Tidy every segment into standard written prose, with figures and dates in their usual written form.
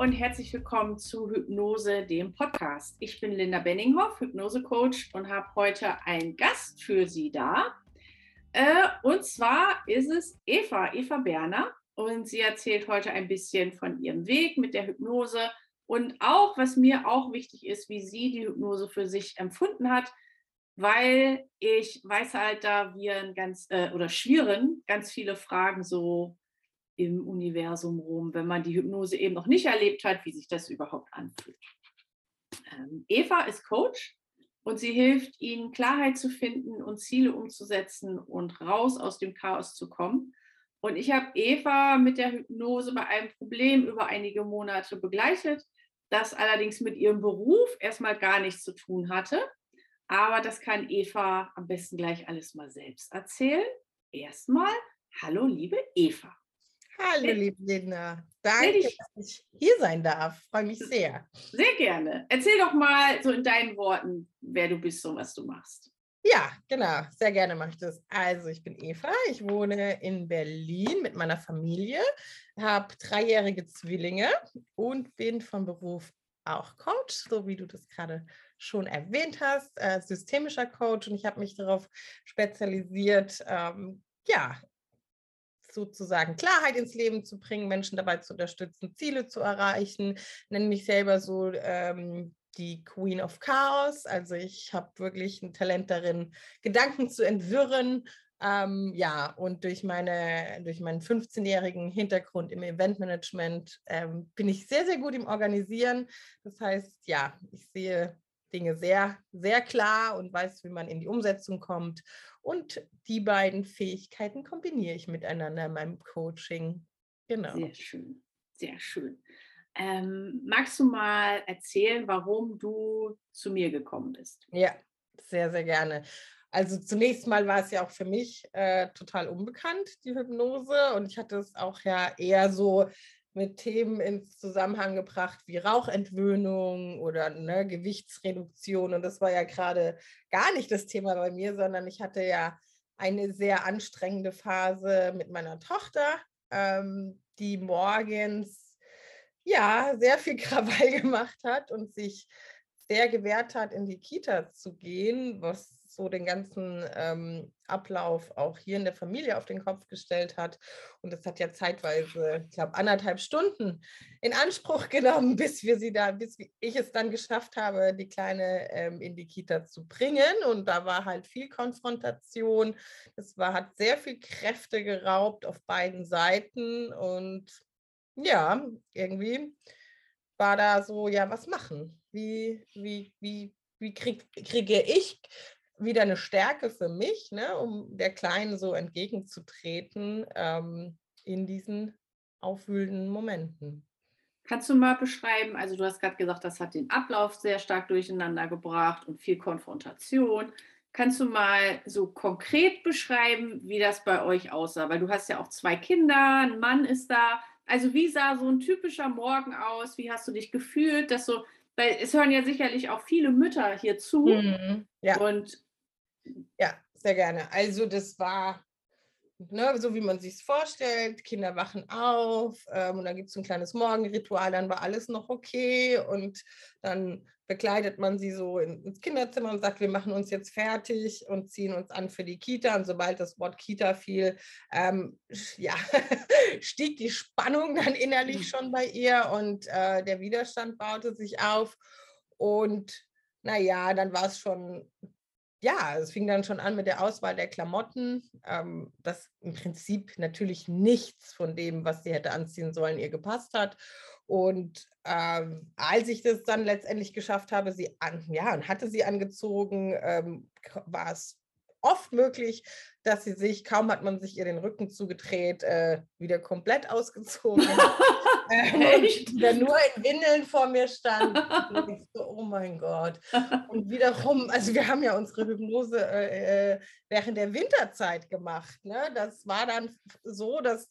und herzlich willkommen zu Hypnose, dem Podcast. Ich bin Linda Benninghoff, Hypnose-Coach und habe heute einen Gast für Sie da. Und zwar ist es Eva Berner. Und sie erzählt heute ein bisschen von ihrem Weg mit der Hypnose und auch, was mir auch wichtig ist, wie sie die Hypnose für sich empfunden hat, weil ich weiß halt, da wir oder schwirren ganz viele Fragen so im Universum rum, wenn man die Hypnose eben noch nicht erlebt hat, wie sich das überhaupt anfühlt. Eva ist Coach und sie hilft ihnen, Klarheit zu finden und Ziele umzusetzen und raus aus dem Chaos zu kommen. Und ich habe Eva mit der Hypnose bei einem Problem über einige Monate begleitet, das allerdings mit ihrem Beruf erstmal gar nichts zu tun hatte. Aber das kann Eva am besten gleich alles mal selbst erzählen. Erstmal, hallo liebe Eva. Hallo, liebe Linda. Stell Danke, dich dass ich hier sein darf. Freue mich sehr. sehr gerne. Erzähl doch mal so in deinen Worten, wer du bist und was du machst. Ja, genau, sehr gerne mache ich das. Also, ich bin Eva, ich wohne in Berlin mit meiner Familie, habe 3-jährige Zwillinge und bin von Beruf auch Coach, so wie du das gerade schon erwähnt hast, systemischer Coach. Und ich habe mich darauf spezialisiert, ja, sozusagen Klarheit ins Leben zu bringen, Menschen dabei zu unterstützen, Ziele zu erreichen. Nenne mich selber so die Queen of Chaos. Also ich habe wirklich ein Talent darin, Gedanken zu entwirren. Ja, und durch meinen 15-jährigen Hintergrund im Eventmanagement bin ich sehr, sehr gut im Organisieren. Das heißt, ja, ich sehe Dinge sehr, sehr klar und weiß, wie man in die Umsetzung kommt. Und die beiden Fähigkeiten kombiniere ich miteinander in meinem Coaching. Genau. Sehr schön, sehr schön. Magst du mal erzählen, warum du zu mir gekommen bist? Ja, sehr, sehr gerne. Also zunächst mal war es ja auch für mich total unbekannt, die Hypnose. Und ich hatte es auch ja eher so mit Themen ins Zusammenhang gebracht wie Rauchentwöhnung oder ne, Gewichtsreduktion. Und das war ja gerade gar nicht das Thema bei mir, sondern ich hatte ja eine sehr anstrengende Phase mit meiner Tochter, die morgens ja sehr viel Krawall gemacht hat und sich sehr gewehrt hat, in die Kita zu gehen, was so den ganzen Ablauf auch hier in der Familie auf den Kopf gestellt hat. Und das hat ja zeitweise, ich glaube, 1,5 Stunden in Anspruch genommen, bis ich es dann geschafft habe, die Kleine in die Kita zu bringen. Und da war halt viel Konfrontation. Hat sehr viel Kräfte geraubt auf beiden Seiten. Und ja, irgendwie war da so, ja, was machen? Wie kriege ich wieder eine Stärke für mich, ne, um der Kleinen so entgegenzutreten, in diesen aufwühlenden Momenten? Kannst du mal beschreiben, also du hast gerade gesagt, das hat den Ablauf sehr stark durcheinander gebracht und viel Konfrontation. Kannst du mal so konkret beschreiben, wie das bei euch aussah? Weil du hast ja auch 2 Kinder, ein Mann ist da. Also wie sah so ein typischer Morgen aus? Wie hast du dich gefühlt? Weil es hören ja sicherlich auch viele Mütter hier zu Mhm. Ja, und ja, sehr gerne. Also, das war ne, so wie man sich's vorstellt, Kinder wachen auf, und dann gibt's so 'n kleines Morgenritual, dann war alles noch okay und dann begleitet man sie so ins Kinderzimmer und sagt: „Wir machen uns jetzt fertig und ziehen uns an für die Kita." Und sobald das Wort Kita fiel, ja, stieg die Spannung dann innerlich schon bei ihr und, der Widerstand baute sich auf. Und na ja, dann war's schon ja, es fing dann schon an mit der Auswahl der Klamotten, dass im Prinzip natürlich nichts von dem, was sie hätte anziehen sollen, ihr gepasst hat. Und, als ich das dann letztendlich geschafft habe, sie an ja, und hatte sie angezogen, war es oft möglich, dass sie sich kaum hat man sich ihr den Rücken zugedreht, wieder komplett ausgezogen hat, und echt? wieder nur in Windeln vor mir stand. Und ich so: „Oh mein Gott." Und wiederum also, wir haben ja unsere Hypnose, während der Winterzeit gemacht, ne? Das war dann so, dass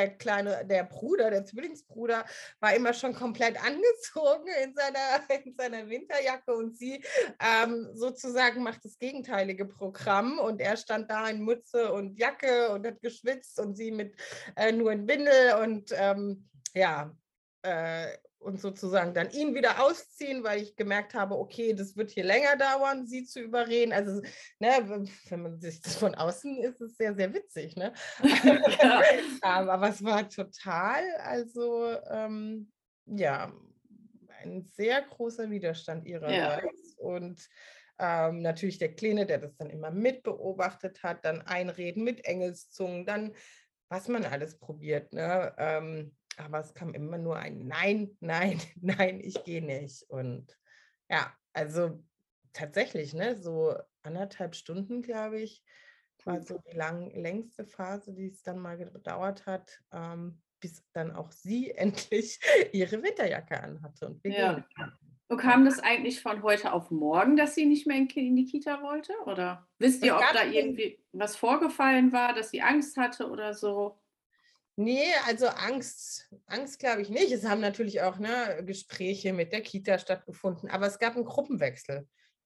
der Zwillingsbruder war immer schon komplett angezogen in seiner in seiner Winterjacke und sie, sozusagen macht das gegenteilige Programm und er stand da in Mütze und Jacke und hat geschwitzt und sie mit nur in Windel und, ja, und sozusagen dann ihn wieder ausziehen, weil ich gemerkt habe, okay, das wird hier länger dauern, sie zu überreden. Also, ne, wenn man sich das von außen ist, ist es sehr, sehr witzig, ne? Ja. Aber es war total, also ja, ein sehr großer Widerstand Ja. ihrerseits. Und natürlich der Kleine, der das dann immer mit beobachtet hat, dann Einreden mit Engelszungen, dann was man alles probiert, ne? Aber es kam immer nur ein Nein, nein, nein, ich gehe nicht. Und ja, also tatsächlich, ne, so 1,5 Stunden, glaube ich, war so die längste Phase, die es dann mal gedauert hat, bis dann auch sie endlich ihre Winterjacke anhatte und wir Ja. gehen konnten. Und Ja. kam das eigentlich von heute auf morgen, dass sie nicht mehr in die Kita wollte? Oder wisst ihr, Es ob gab da schon irgendwie was vorgefallen war, dass sie Angst hatte oder so? Ne, also Angst glaube ich nicht. Es haben natürlich auch, ne, Gespräche mit der Kita stattgefunden, aber es gab 'n Gruppenwechsel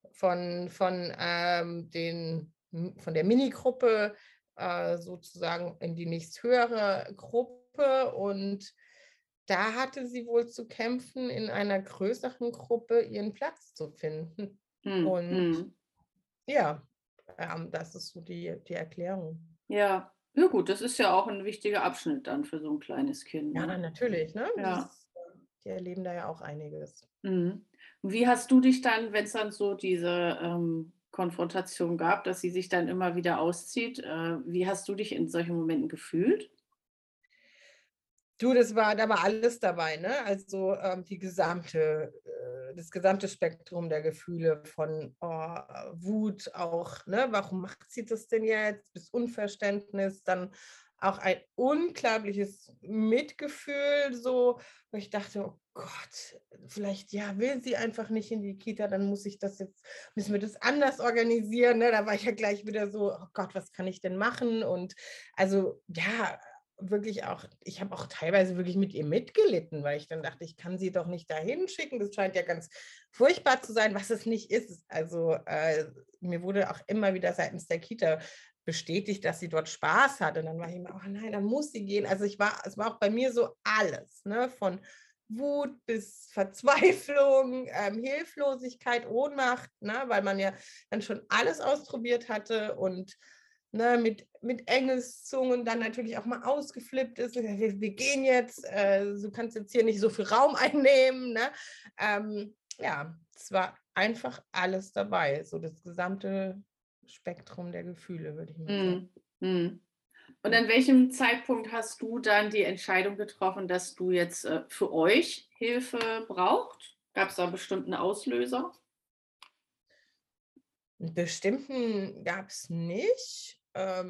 von der Minigruppe, sozusagen in die nächsthöhere Gruppe und da hatte sie wohl zu kämpfen, in einer größeren Gruppe ihren Platz zu finden. Mhm. Und Mhm. ja, das ist so die Erklärung. Ja. Ja gut, das ist ja auch 'n wichtiger Abschnitt dann für so 'n kleines Kind, Ja, ne? natürlich, ne? Ja. Die erleben da ja auch einiges. Mhm. Und wie hast du dich dann, wenn's dann so diese, Konfrontation gab, dass sie sich dann immer wieder auszieht, wie hast du dich in solchen Momenten gefühlt? Du, da war alles dabei, ne? Also, das gesamte Spektrum der Gefühle von, Wut auch, ne? Warum macht sie das denn jetzt? Bis Unverständnis, dann auch ein unglaubliches Mitgefühl, so, wo ich dachte: „Oh Gott, vielleicht, ja, will sie einfach nicht in die Kita, dann müssen wir das anders organisieren“, ne? Da war ich ja gleich wieder so: „Oh Gott, was kann ich denn machen?“ Und also, ja, wirklich auch ich habe auch teilweise wirklich mit ihr mitgelitten, weil ich dann dachte, ich kann sie doch nicht dahin schicken. Das scheint ja ganz furchtbar zu sein, was es nicht ist. Also, mir wurde auch immer wieder seitens der Kita bestätigt, dass sie dort Spaß hat. Und dann war ich immer: „Oh nein, dann muss sie gehen.“ Also, es war auch bei mir so alles, ne, von Wut bis Verzweiflung, Hilflosigkeit, Ohnmacht, ne, weil man ja dann schon alles ausprobiert hatte und ne, mit Engelszungen dann natürlich auch mal ausgeflippt ist. Wir gehen jetzt, du kannst jetzt hier nicht so viel Raum einnehmen. Ne? Ja, es war einfach alles dabei, so das gesamte Spektrum der Gefühle, würde ich mal sagen. Mhm. Mhm. Und Ja. an welchem Zeitpunkt hast du dann die Entscheidung getroffen, dass du jetzt, für euch Hilfe braucht? Gab's da 'n bestimmten Auslöser? 'N bestimmten gab es nicht.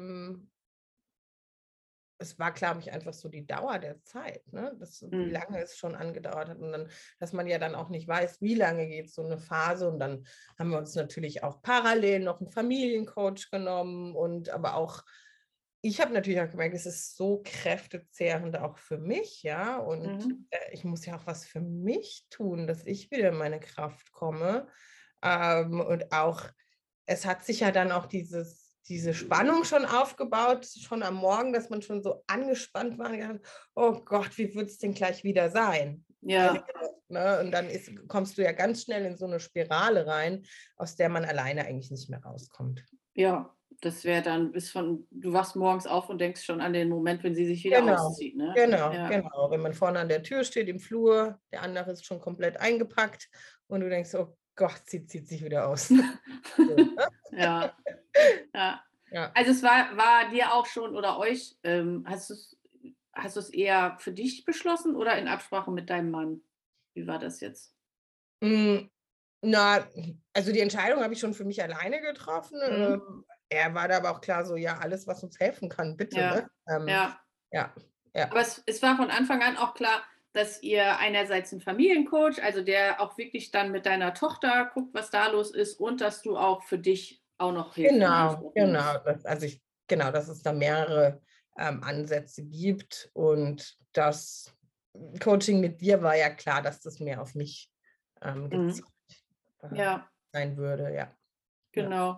Es war, glaube ich, einfach so die Dauer der Zeit, ne? Wie Mhm. lange es schon angedauert hat und dann dass man ja dann auch nicht weiß, wie lange geht so eine Phase und dann haben wir uns natürlich auch parallel noch einen Familiencoach genommen und aber auch ich habe natürlich auch gemerkt, es ist so kräftezehrend auch für mich, ja, und, Mhm. ich muss ja auch was für mich tun, dass ich wieder in meine Kraft komme. Und auch es hat sich ja dann auch diese Spannung schon aufgebaut, schon am Morgen, dass man schon so angespannt war und gedacht: „Oh Gott, wie wird es denn gleich wieder sein?“ Also, Ja, ne, und dann kommst du ja ganz schnell in so eine Spirale rein, aus der man alleine eigentlich nicht mehr rauskommt. ja, das wäre dann bis von du wachst morgens auf und denkst schon an den Moment, wenn sie sich wieder Genau, auszieht, ne? genau, Ja, genau. Wenn man vorne an der Tür steht im Flur, der andere ist schon komplett eingepackt und du denkst: „Oh Gott, sie zieht sich wieder aus.“ So, ne? ja, ja. Ja. Also, es war dir auch schon oder euch hast du's eher für dich beschlossen oder in Absprache mit deinem Mann? Wie war das jetzt? Hm, na, also die Entscheidung habe ich schon für mich alleine getroffen. Mhm. Er war da aber auch klar so: „Ja, alles, was uns helfen kann, bitte“, Ja, ne? ja. Ja, ja. Aber es war von Anfang an auch klar, dass ihr einerseits 'n Familiencoach, also der auch wirklich dann mit deiner Tochter guckt, was da los ist und dass du auch für dich auch noch Hilfe in Genau, Anspruch genau. nimmst. Genau, dass es da mehrere, Ansätze gibt und das Coaching mit dir war ja klar, dass das mehr auf mich, Mhm. gezielt, äh, Ja, sein würde, ja. Ja. genau.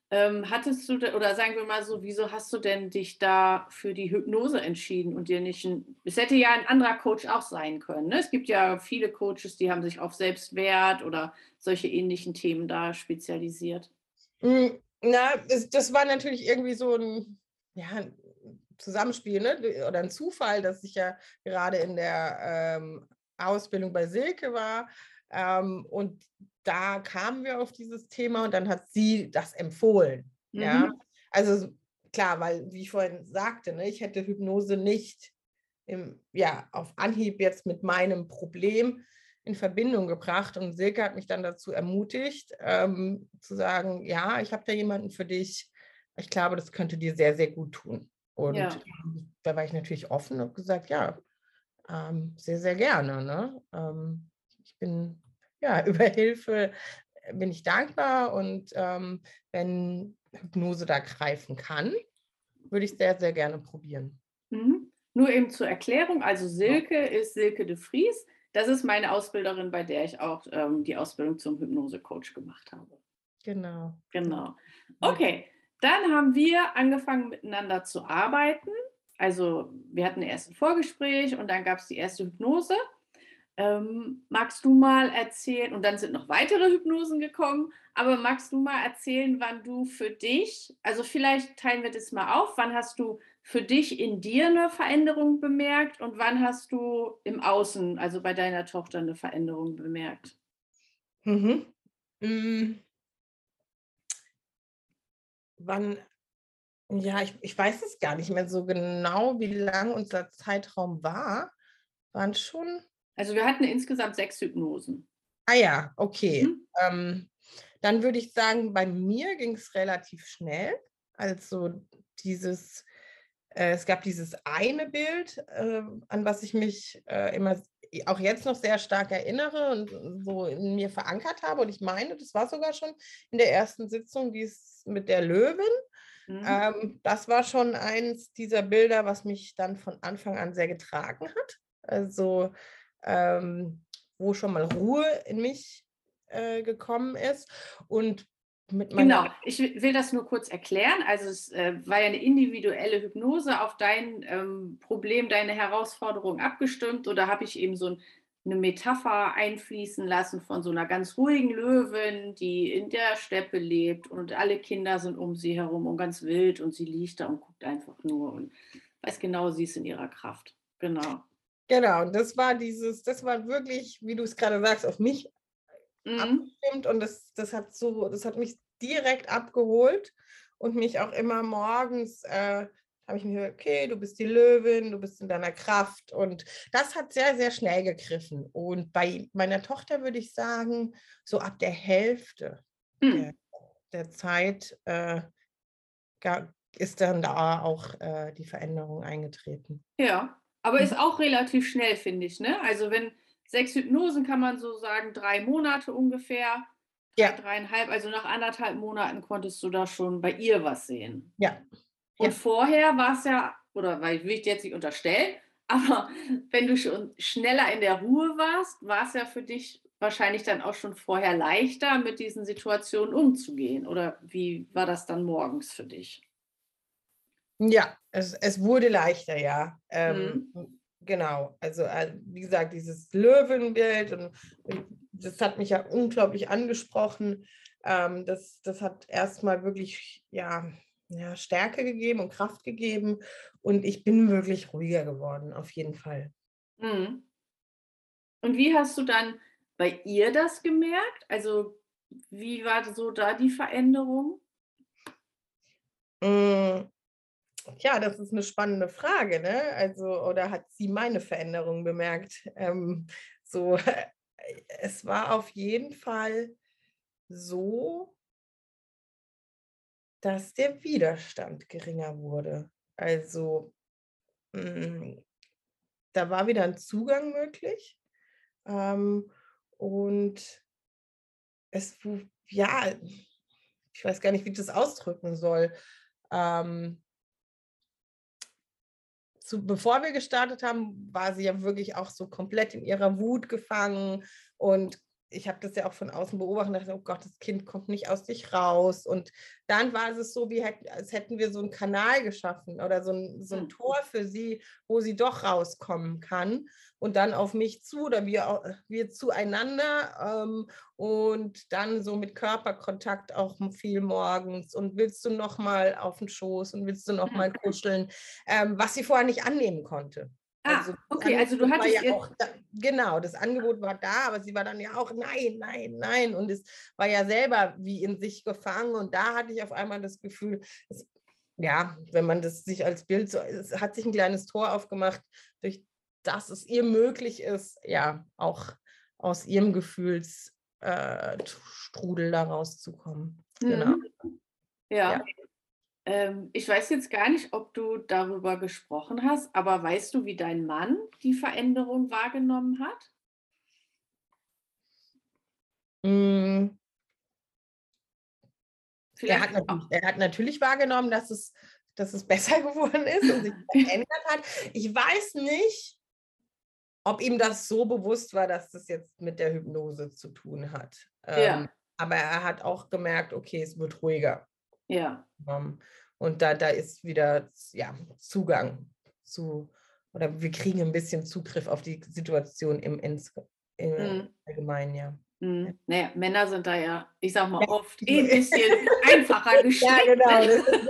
Hattest du, oder sagen wir mal so, wieso hast du denn dich da für die Hypnose entschieden und dir nicht es hätte ja ein anderer Coach auch sein können, ne? Es gibt ja viele Coaches, die haben sich auf Selbstwert oder solche ähnlichen Themen da spezialisiert. Na, das war natürlich irgendwie so ein, ja, ein Zusammenspiel, ne? Oder ein Zufall, dass ich ja gerade in der Ausbildung bei Silke war. Und da kamen wir auf dieses Thema und dann hat sie das empfohlen. Ja, Mhm. also klar, weil, wie ich vorhin sagte, ne, ich hätte Hypnose nicht ja, auf Anhieb jetzt mit meinem Problem in Verbindung gebracht. Und Silke hat mich dann dazu ermutigt, zu sagen, ja, ich habe da jemanden für dich. Ich glaube, das könnte dir sehr, sehr gut tun. Und Ja. da war ich natürlich offen und gesagt, ja, sehr, sehr gerne. Ne? Ich bin, ja, über Hilfe bin ich dankbar und wenn Hypnose da greifen kann, würde ich sehr, sehr gerne probieren. Mhm. Nur eben zur Erklärung, also Silke ist Silke de Vries. Das ist meine Ausbilderin, bei der ich auch die Ausbildung zum Hypnose-Coach gemacht habe. Genau. Genau. Gut. Okay, dann haben wir angefangen miteinander zu arbeiten. Also wir hatten erst ein Vorgespräch und dann gab es die erste Hypnose. Magst du mal erzählen, und dann sind noch weitere Hypnosen gekommen, aber magst du mal erzählen, wann du für dich, also vielleicht teilen wir das mal auf, wann hast du für dich in dir eine Veränderung bemerkt und wann hast du im Außen, also bei deiner Tochter, eine Veränderung bemerkt? Mhm. Hm, wann ja, ich weiß es gar nicht mehr so genau, wie lang unser Zeitraum war. Waren schon Also wir hatten insgesamt 6 Hypnosen. ja, okay. Mhm. Dann würde ich sagen, bei mir ging es relativ schnell. Also dieses es gab dieses eine Bild, an was ich mich, immer auch jetzt noch sehr stark erinnere und so in mir verankert habe. Und ich meine, das war sogar schon in der ersten Sitzung, dies mit der Löwin. Mhm. Das war schon eins dieser Bilder, was mich dann von Anfang an sehr getragen hat. Also, wo schon mal Ruhe in mich, gekommen ist und mit meiner Genau, ich will das nur kurz erklären. Also es war ja eine individuelle Hypnose auf dein Problem, deine Herausforderung abgestimmt. Oder habe ich eben so eine Metapher einfließen lassen von so einer ganz ruhigen Löwin, die in der Steppe lebt und alle Kinder sind um sie herum und ganz wild und sie liegt da und guckt einfach nur und weiß genau, sie ist in ihrer Kraft. Genau. genau, und das war wirklich, wie du es gerade sagst, auf mich Mhm. abgestimmt und das hat mich direkt abgeholt und mich auch immer morgens, habe ich mir gesagt, okay, du bist die Löwin, du bist in deiner Kraft und das hat sehr, sehr schnell gegriffen. Und bei meiner Tochter würde ich sagen, so ab der Hälfte der, Mhm. der Zeit ist dann da auch die Veränderung eingetreten. Ja, aber ist Mhm. auch relativ schnell, finde ich, ne? Also, wenn 6 Hypnosen kann man so sagen, 3 Monate ungefähr, 3, Ja, 3,5, also nach 1,5 Monaten konntest du da schon bei ihr was sehen. ja, Und ja. vorher war es ja, oder weil will ich dir jetzt nicht unterstellen, aber wenn du schon schneller in der Ruhe warst, war es ja für dich wahrscheinlich dann auch schon vorher leichter, mit diesen Situationen umzugehen. Oder wie war das dann morgens für dich? Ja, es wurde leichter, ja. Mhm. Genau. Also, wie gesagt, dieses Löwenbild und das hat mich ja unglaublich angesprochen. Das hat erst mal wirklich, ja, Stärke gegeben und Kraft gegeben und ich bin wirklich ruhiger geworden, auf jeden Fall. Mhm. Und wie hast du dann bei ihr das gemerkt? Also, wie war so da die Veränderung? Hm, ja, das ist eine spannende Frage, ne? Also oder hat sie meine Veränderung bemerkt? So, es war auf jeden Fall so, dass der Widerstand geringer wurde. Also, hm, da war wieder ein Zugang möglich, ähm, und es wu ja, ich weiß gar nicht, wie ich das ausdrücken soll. Ähm, bevor wir gestartet haben, war sie ja wirklich auch so komplett in ihrer Wut gefangen und ich habe das ja auch von außen beobachtet und dachte, oh Gott, das Kind kommt nicht aus sich raus. Und dann war es so, als hätten wir so einen Kanal geschaffen oder so ein Tor für sie, wo sie doch rauskommen kann. Und dann auf mich zu oder wir zueinander und dann so mit Körperkontakt auch viel morgens. Und willst du noch mal auf den Schoß und willst du noch mal kuscheln, was sie vorher nicht annehmen konnte. Also okay, also du hattest ja auch genau, das Angebot war da, aber sie war dann ja auch nein, nein, nein und es war ja selber wie in sich gefangen und da hatte ich auf einmal das Gefühl, ja, wenn man das sich als Bild so, es hat sich ein kleines Tor aufgemacht, durch das es ihr möglich ist, ja, auch aus ihrem Gefühlsstrudel da rauszukommen. Genau. Ja. Ich weiß jetzt gar nicht, ob du darüber gesprochen hast, aber weißt du, wie dein Mann die Veränderung wahrgenommen hat? Mm. Er Vielleicht auch. hat natürlich wahrgenommen, dass es besser geworden ist und sich verändert hat. Ich weiß nicht, ob ihm das so bewusst war, dass das jetzt mit der Hypnose zu tun hat. Ja, Aber er hat auch gemerkt, okay, es wird ruhiger. ja. Und da ist wieder ja, Zugang zu, oder wir kriegen ein bisschen Zugriff auf die Situation im Allgemeinen, ja. Naja, Männer sind da ja, ich sag mal, oft ein bisschen einfacher gestrickt. Ja, genau.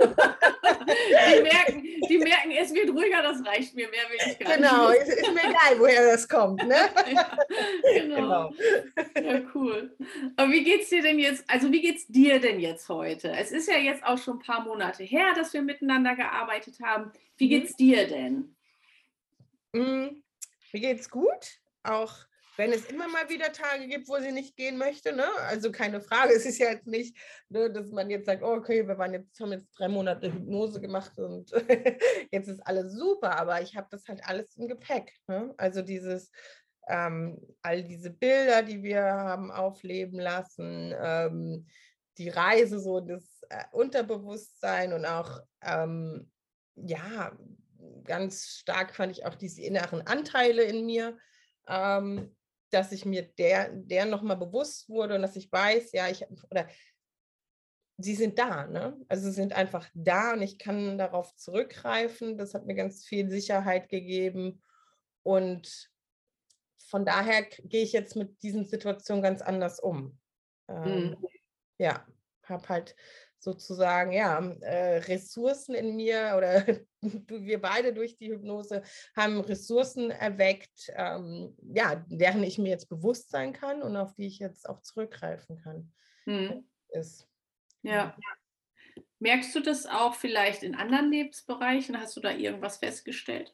Die merken, es wird ruhiger, das reicht mir, mehr will ich gar nicht. Genau, ist mir egal, woher das kommt, ne? Ja, genau. Ja, cool. Aber wie geht's dir denn jetzt, also wie geht's dir denn jetzt heute? Es ist ja jetzt auch schon ein paar Monate her, dass wir miteinander gearbeitet haben. Wie geht's dir denn? Mir geht's gut, auch wenn es immer mal wieder Tage gibt, wo sie nicht gehen möchte, ne? Also keine Frage, es ist ja jetzt nicht, ne, dass man jetzt sagt, oh, okay, haben jetzt 3 Monate Hypnose gemacht und jetzt ist alles super, aber ich habe das halt alles im Gepäck, ne? Also all diese Bilder, die wir haben aufleben lassen, die Reise, so das Unterbewusstsein und auch, ja, ganz stark fand ich auch diese inneren Anteile in mir, dass ich mir der nochmal bewusst wurde und dass ich weiß, ja, oder sie sind da, ne? Also sie sind einfach da und ich kann darauf zurückgreifen. Das hat mir ganz viel Sicherheit gegeben und von daher gehe ich jetzt mit diesen Situationen ganz anders um. Ja, habe halt sozusagen, ja, Ressourcen in mir oder wir beide durch die Hypnose haben Ressourcen erweckt, ja, deren ich mir jetzt bewusst sein kann und auf die ich jetzt auch zurückgreifen kann. Ist. Ja. Merkst du das auch vielleicht in anderen Lebensbereichen? Hast du da irgendwas festgestellt?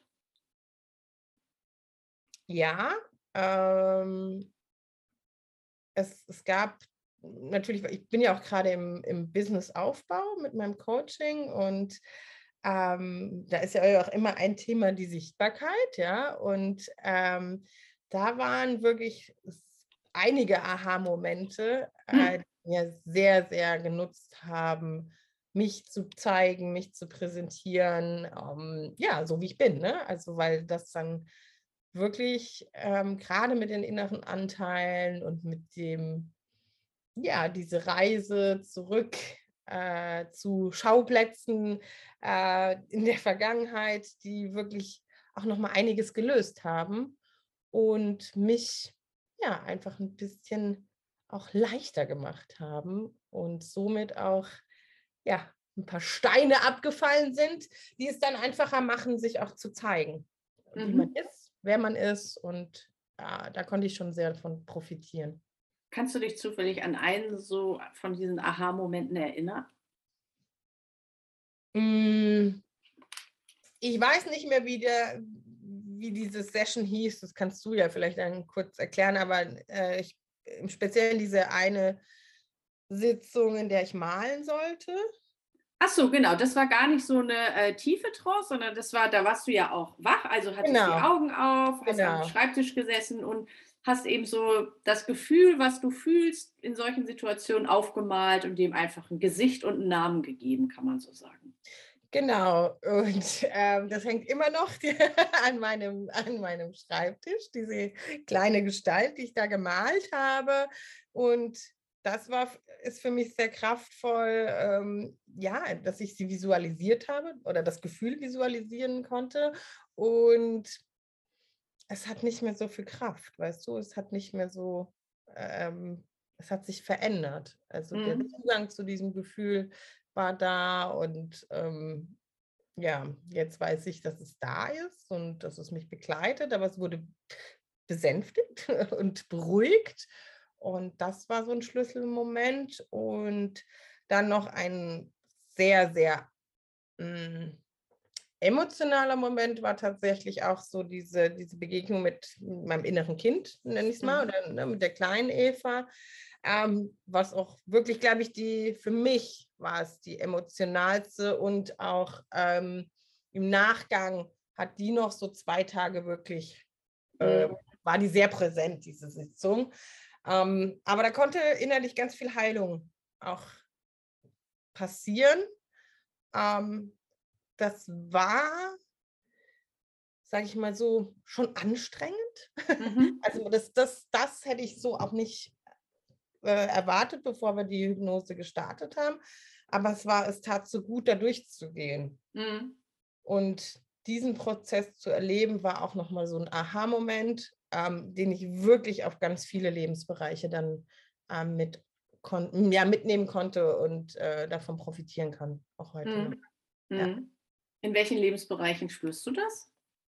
Ja, es gab natürlich, ich bin ja auch gerade im Businessaufbau mit meinem Coaching und da ist ja auch immer ein Thema die Sichtbarkeit, ja, und da waren wirklich einige Aha-Momente, die mir sehr, sehr genutzt haben, mich zu zeigen, mich zu präsentieren, ja, so wie ich bin, ne? Also weil das dann wirklich gerade mit den inneren Anteilen und mit dem, ja, diese Reise zurück zu Schauplätzen in der Vergangenheit, die wirklich auch noch mal einiges gelöst haben und mich ja einfach ein bisschen auch leichter gemacht haben und somit auch ja ein paar Steine abgefallen sind, die es dann einfacher machen, sich auch zu zeigen, wie man ist, wer man ist und da konnte ich schon sehr davon profitieren. Kannst du dich zufällig an einen so von diesen Aha-Momenten erinnern? Ich weiß nicht mehr, wie diese Session hieß. Das kannst du ja vielleicht dann kurz erklären, aber im Speziellen diese eine Sitzung, in der ich malen sollte. Ach so, genau. Das war gar nicht so eine tiefe Trance, sondern da warst du ja auch wach, also hattest die Genau, Augen auf, hast am genau. Schreibtisch gesessen und hast eben so das Gefühl, was du fühlst, in solchen Situationen aufgemalt und dem einfach ein Gesicht und einen Namen gegeben, kann man so sagen. Genau, und das hängt immer noch an meinem Schreibtisch, diese kleine Gestalt, die ich da gemalt habe. Und ist für mich sehr kraftvoll, ja, dass ich sie visualisiert habe oder das Gefühl visualisieren konnte. Und es hat nicht mehr so viel Kraft, weißt du? Es hat nicht mehr so, es hat sich verändert. Also der Mhm. Zugang zu diesem Gefühl war da und ja, jetzt weiß ich, dass es da ist und dass es mich begleitet, aber es wurde besänftigt und beruhigt. Und das war so ein Schlüsselmoment. Und dann noch ein sehr, sehr mm, emotionaler Moment war tatsächlich auch so diese Begegnung mit meinem inneren Kind, nenne ich es mal, Mhm. oder ne, mit der kleinen Eva, was auch wirklich, glaube ich, für mich war es die emotionalste und auch im Nachgang hat die noch so 2 Tage wirklich, äh, Mhm. war die sehr präsent, diese Sitzung. Aber da konnte innerlich ganz viel Heilung auch passieren. Ähm, Das war, sage ich mal so, schon anstrengend. Mhm. Also das hätte ich so auch nicht erwartet, bevor wir die Hypnose gestartet haben. Aber es tat so gut, da durchzugehen. Mhm. Und diesen Prozess zu erleben, war auch nochmal so ein Aha-Moment, den ich wirklich auf ganz viele Lebensbereiche dann mitnehmen konnte und davon profitieren kann, auch heute noch. Mhm. Ja. Mhm. In welchen Lebensbereichen spürst du das?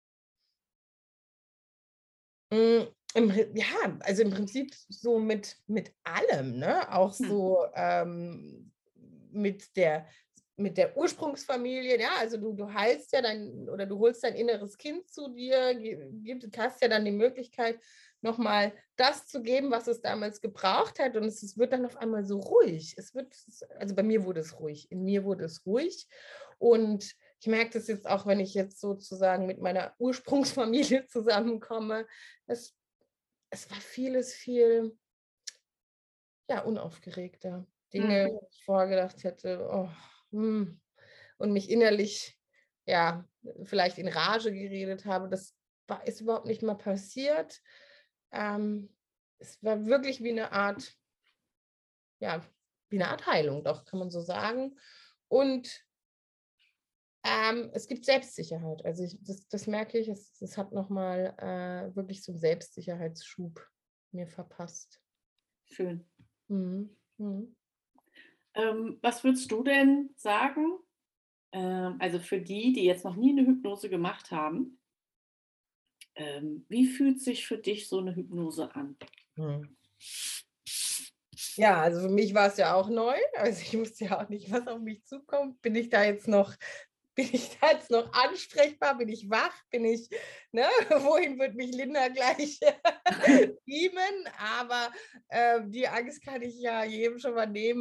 Ja, also im Prinzip so mit allem, ne? Auch Mhm. so mit der Ursprungsfamilie, ja, also du heilst ja oder du holst dein inneres Kind zu dir, hast ja dann die Möglichkeit, nochmal das zu geben, was es damals gebraucht hat. Und es wird dann auf einmal so ruhig. Also bei mir wurde es ruhig, in mir wurde es ruhig. Und ich merke das jetzt auch, wenn ich jetzt sozusagen mit meiner Ursprungsfamilie zusammenkomme. Es es war vieles viel, ja, unaufgeregter. Dinge, Mhm. wo ich vorher gedacht hätte, oh, und mich innerlich, ja, vielleicht in Rage geredet habe. Ist überhaupt nicht mal passiert. Ähm, Es war wirklich wie eine Art, ja, wie eine Art Heilung, doch, kann man so sagen. Und es gibt Selbstsicherheit. Also das merke ich, es hat nochmal wirklich so einen Selbstsicherheitsschub mir verpasst. Schön. Mhm. Mhm. Was würdest du denn sagen, also für die, die jetzt noch nie eine Hypnose gemacht haben, wie fühlt sich für dich so eine Hypnose an? Mhm. Ja, also für mich war es ja auch neu. Also ich wusste ja auch nicht, was auf mich zukommt. Bin ich da jetzt noch ansprechbar? Bin ich wach? Ne? Wohin wird mich Linda gleich beamen? Aber die Angst kann ich ja jedem schon mal nehmen.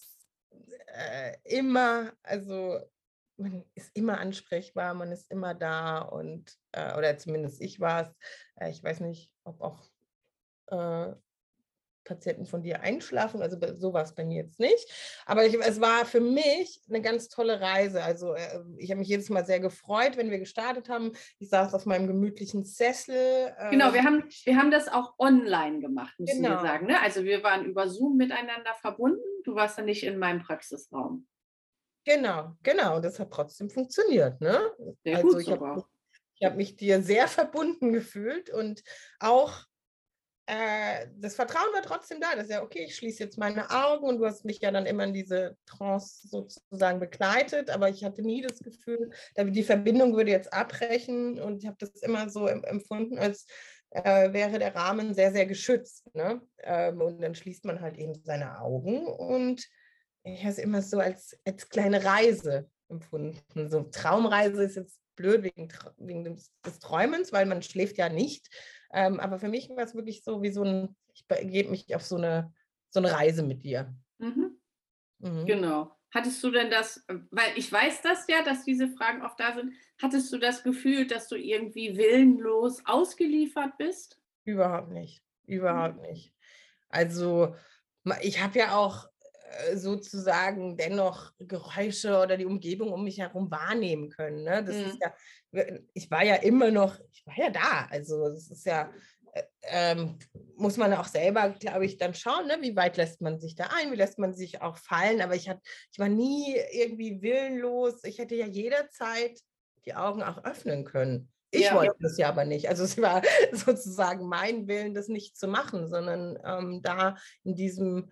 Also man ist immer ansprechbar, man ist immer da oder zumindest ich war es. Ich weiß nicht, ob auch äh, Patienten von dir einschlafen. Also so war es bei mir jetzt nicht. Aber es war für mich eine ganz tolle Reise. Also ich habe mich jedes Mal sehr gefreut, wenn wir gestartet haben. Ich saß auf meinem gemütlichen Sessel. Genau, wir haben das auch online gemacht, müssen wir Genau, sagen. Ne? Also wir waren über Zoom miteinander verbunden. Du warst ja nicht in meinem Praxisraum. genau. Das hat trotzdem funktioniert. Ne? Sehr Also gut sogar. ich hab mich dir sehr verbunden gefühlt und auch das Vertrauen war trotzdem da. Das ist ja okay, ich schließe jetzt meine Augen und du hast mich ja dann immer in diese Trance sozusagen begleitet, aber ich hatte nie das Gefühl, die Verbindung würde jetzt abbrechen und ich habe das immer so empfunden, als wäre der Rahmen sehr, sehr geschützt. Ne? Und dann schließt man halt eben seine Augen und ich habe es immer so als kleine Reise empfunden. So Traumreise ist jetzt blöd wegen des Träumens, weil man schläft ja nicht. Aber für mich war es wirklich so wie ich begebe mich auf so eine Reise mit dir. Mhm. Mhm. Genau. Hattest du denn weil ich weiß das ja, dass diese Fragen oft da sind. Hattest du das Gefühl, dass du irgendwie willenlos ausgeliefert bist? Überhaupt nicht. Mhm. Überhaupt nicht. Also, ich habe ja auch sozusagen dennoch Geräusche oder die Umgebung um mich herum wahrnehmen können. Ne? Das ist ja, ich war ja da. Also das ist ja, muss man auch selber, glaube ich, dann schauen, ne? Wie weit lässt man sich da ein, wie lässt man sich auch fallen. Aber ich war nie irgendwie willenlos. Ich hätte ja jederzeit die Augen auch öffnen können. Ich wollte das ja aber nicht. Also es war sozusagen mein Willen, das nicht zu machen, sondern da in diesem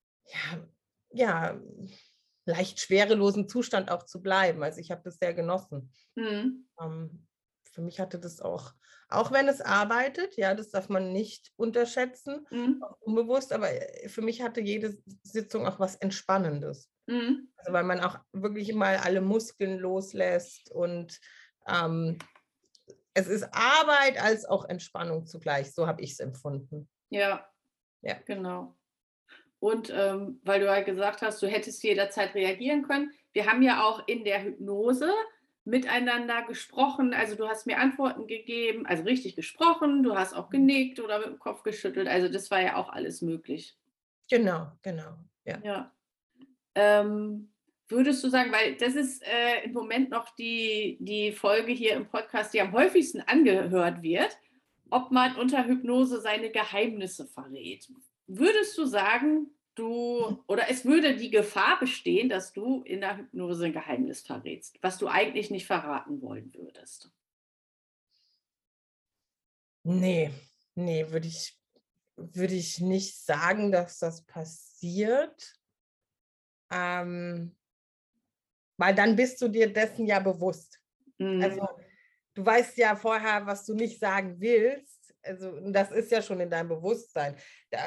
leicht schwerelosen Zustand auch zu bleiben. Also ich habe das sehr genossen. Für mich hatte das auch wenn es arbeitet, ja, das darf man nicht unterschätzen, auch unbewusst, aber für mich hatte jede Sitzung auch was Entspannendes. Also weil man auch wirklich mal alle Muskeln loslässt und es ist Arbeit als auch Entspannung zugleich. So habe ich es empfunden. Ja, genau. Und weil du halt gesagt hast, du hättest jederzeit reagieren können. Wir haben ja auch in der Hypnose miteinander gesprochen. Also du hast mir Antworten gegeben, also richtig gesprochen. Du hast auch genickt oder mit dem Kopf geschüttelt. Also das war ja auch alles möglich. Genau. Ja. Würdest du sagen, weil das ist im Moment noch die Folge hier im Podcast, die am häufigsten angehört wird, ob man unter Hypnose seine Geheimnisse verrät. Würdest du sagen, oder es würde die Gefahr bestehen, dass du in der Hypnose ein Geheimnis verrätst, was du eigentlich nicht verraten wollen würdest? Nee, würde ich nicht sagen, dass das passiert. Weil dann bist du dir dessen ja bewusst. Also du weißt ja vorher, was du nicht sagen willst. Also das ist ja schon in deinem Bewusstsein.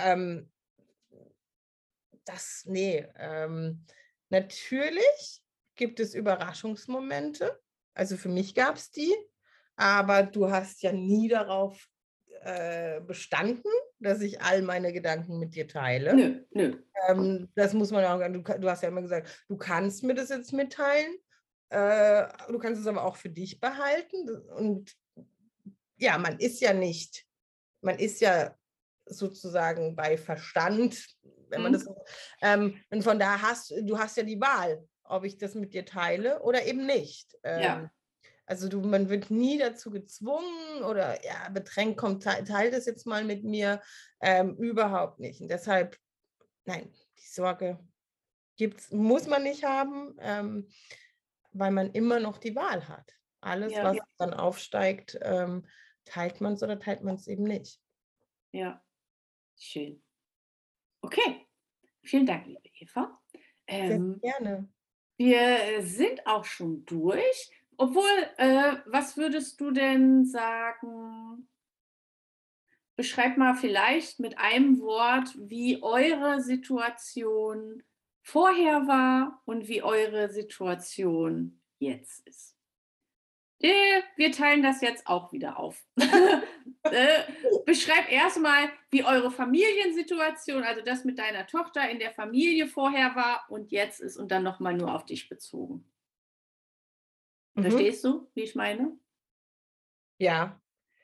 Natürlich gibt es Überraschungsmomente. Also für mich gab es die. Aber du hast ja nie darauf bestanden, dass ich all meine Gedanken mit dir teile. Nö. Das muss man auch, du hast ja immer gesagt, du kannst mir das jetzt mitteilen, du kannst es aber auch für dich behalten. Und ja, man ist ja sozusagen bei Verstand, wenn man das und von daher du hast ja die Wahl, ob ich das mit dir teile oder eben nicht. Also man wird nie dazu gezwungen oder bedrängt, komm, teile das jetzt mal mit mir. Überhaupt nicht. Und deshalb, nein, die Sorge muss man nicht haben, weil man immer noch die Wahl hat. Alles, was dann aufsteigt, teilt man es oder teilt man es eben nicht. Ja, schön. Okay, vielen Dank, liebe Eva. Sehr gerne. Wir sind auch schon durch. Obwohl, was würdest du denn sagen? Beschreib mal vielleicht mit einem Wort, wie eure Situation vorher war und wie eure Situation jetzt ist. Wir teilen das jetzt auch wieder auf. Beschreib erstmal, wie eure Familiensituation, also das mit deiner Tochter in der Familie vorher war und jetzt ist und dann nochmal nur auf dich bezogen. Verstehst du, wie ich meine? Ja.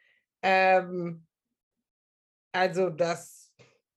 Also das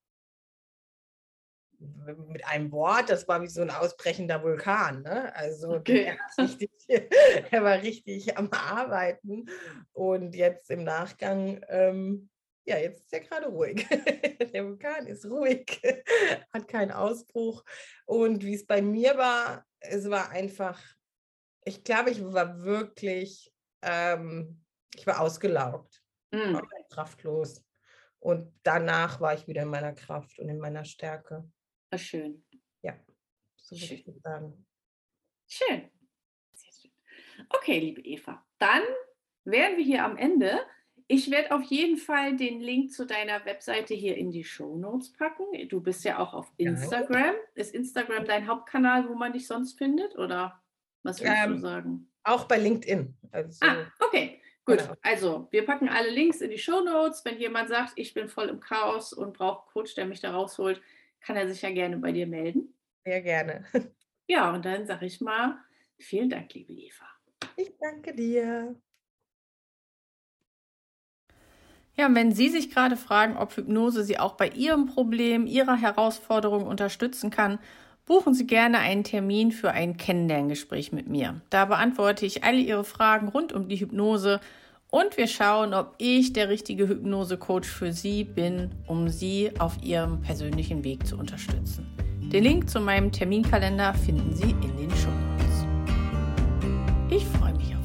mit einem Wort, das war wie so ein ausbrechender Vulkan. Ne? Also okay. er war richtig am Arbeiten und jetzt im Nachgang, jetzt ist er gerade ruhig. Der Vulkan ist ruhig, hat keinen Ausbruch. Und wie es bei mir war, es war einfach, ich glaube, ich war wirklich, ich war ausgelaugt, kraftlos. Und danach war ich wieder in meiner Kraft und in meiner Stärke. Ach, schön. Ja, so würde ich sagen. Schön. Sehr schön. Okay, liebe Eva, dann wären wir hier am Ende. Ich werde auf jeden Fall den Link zu deiner Webseite hier in die Shownotes packen. Du bist ja auch auf Instagram. Ist Instagram dein Hauptkanal, wo man dich sonst findet? Oder was würdest du sagen? Auch bei LinkedIn. Also, okay. Gut, genau. Also wir packen alle Links in die Shownotes. Wenn jemand sagt, ich bin voll im Chaos und brauche einen Coach, der mich da rausholt, kann er sich ja gerne bei dir melden. Sehr gerne. Ja, und dann sage ich mal, vielen Dank, liebe Eva. Ich danke dir. Ja, und wenn Sie sich gerade fragen, ob Hypnose Sie auch bei Ihrem Problem, Ihrer Herausforderung unterstützen kann, Buchen Sie gerne einen Termin für ein Kennenlerngespräch mit mir. Da beantworte ich alle Ihre Fragen rund um die Hypnose und wir schauen, ob ich der richtige Hypnose-Coach für Sie bin, um Sie auf Ihrem persönlichen Weg zu unterstützen. Den Link zu meinem Terminkalender finden Sie in den Shownotes. Ich freue mich auf Sie.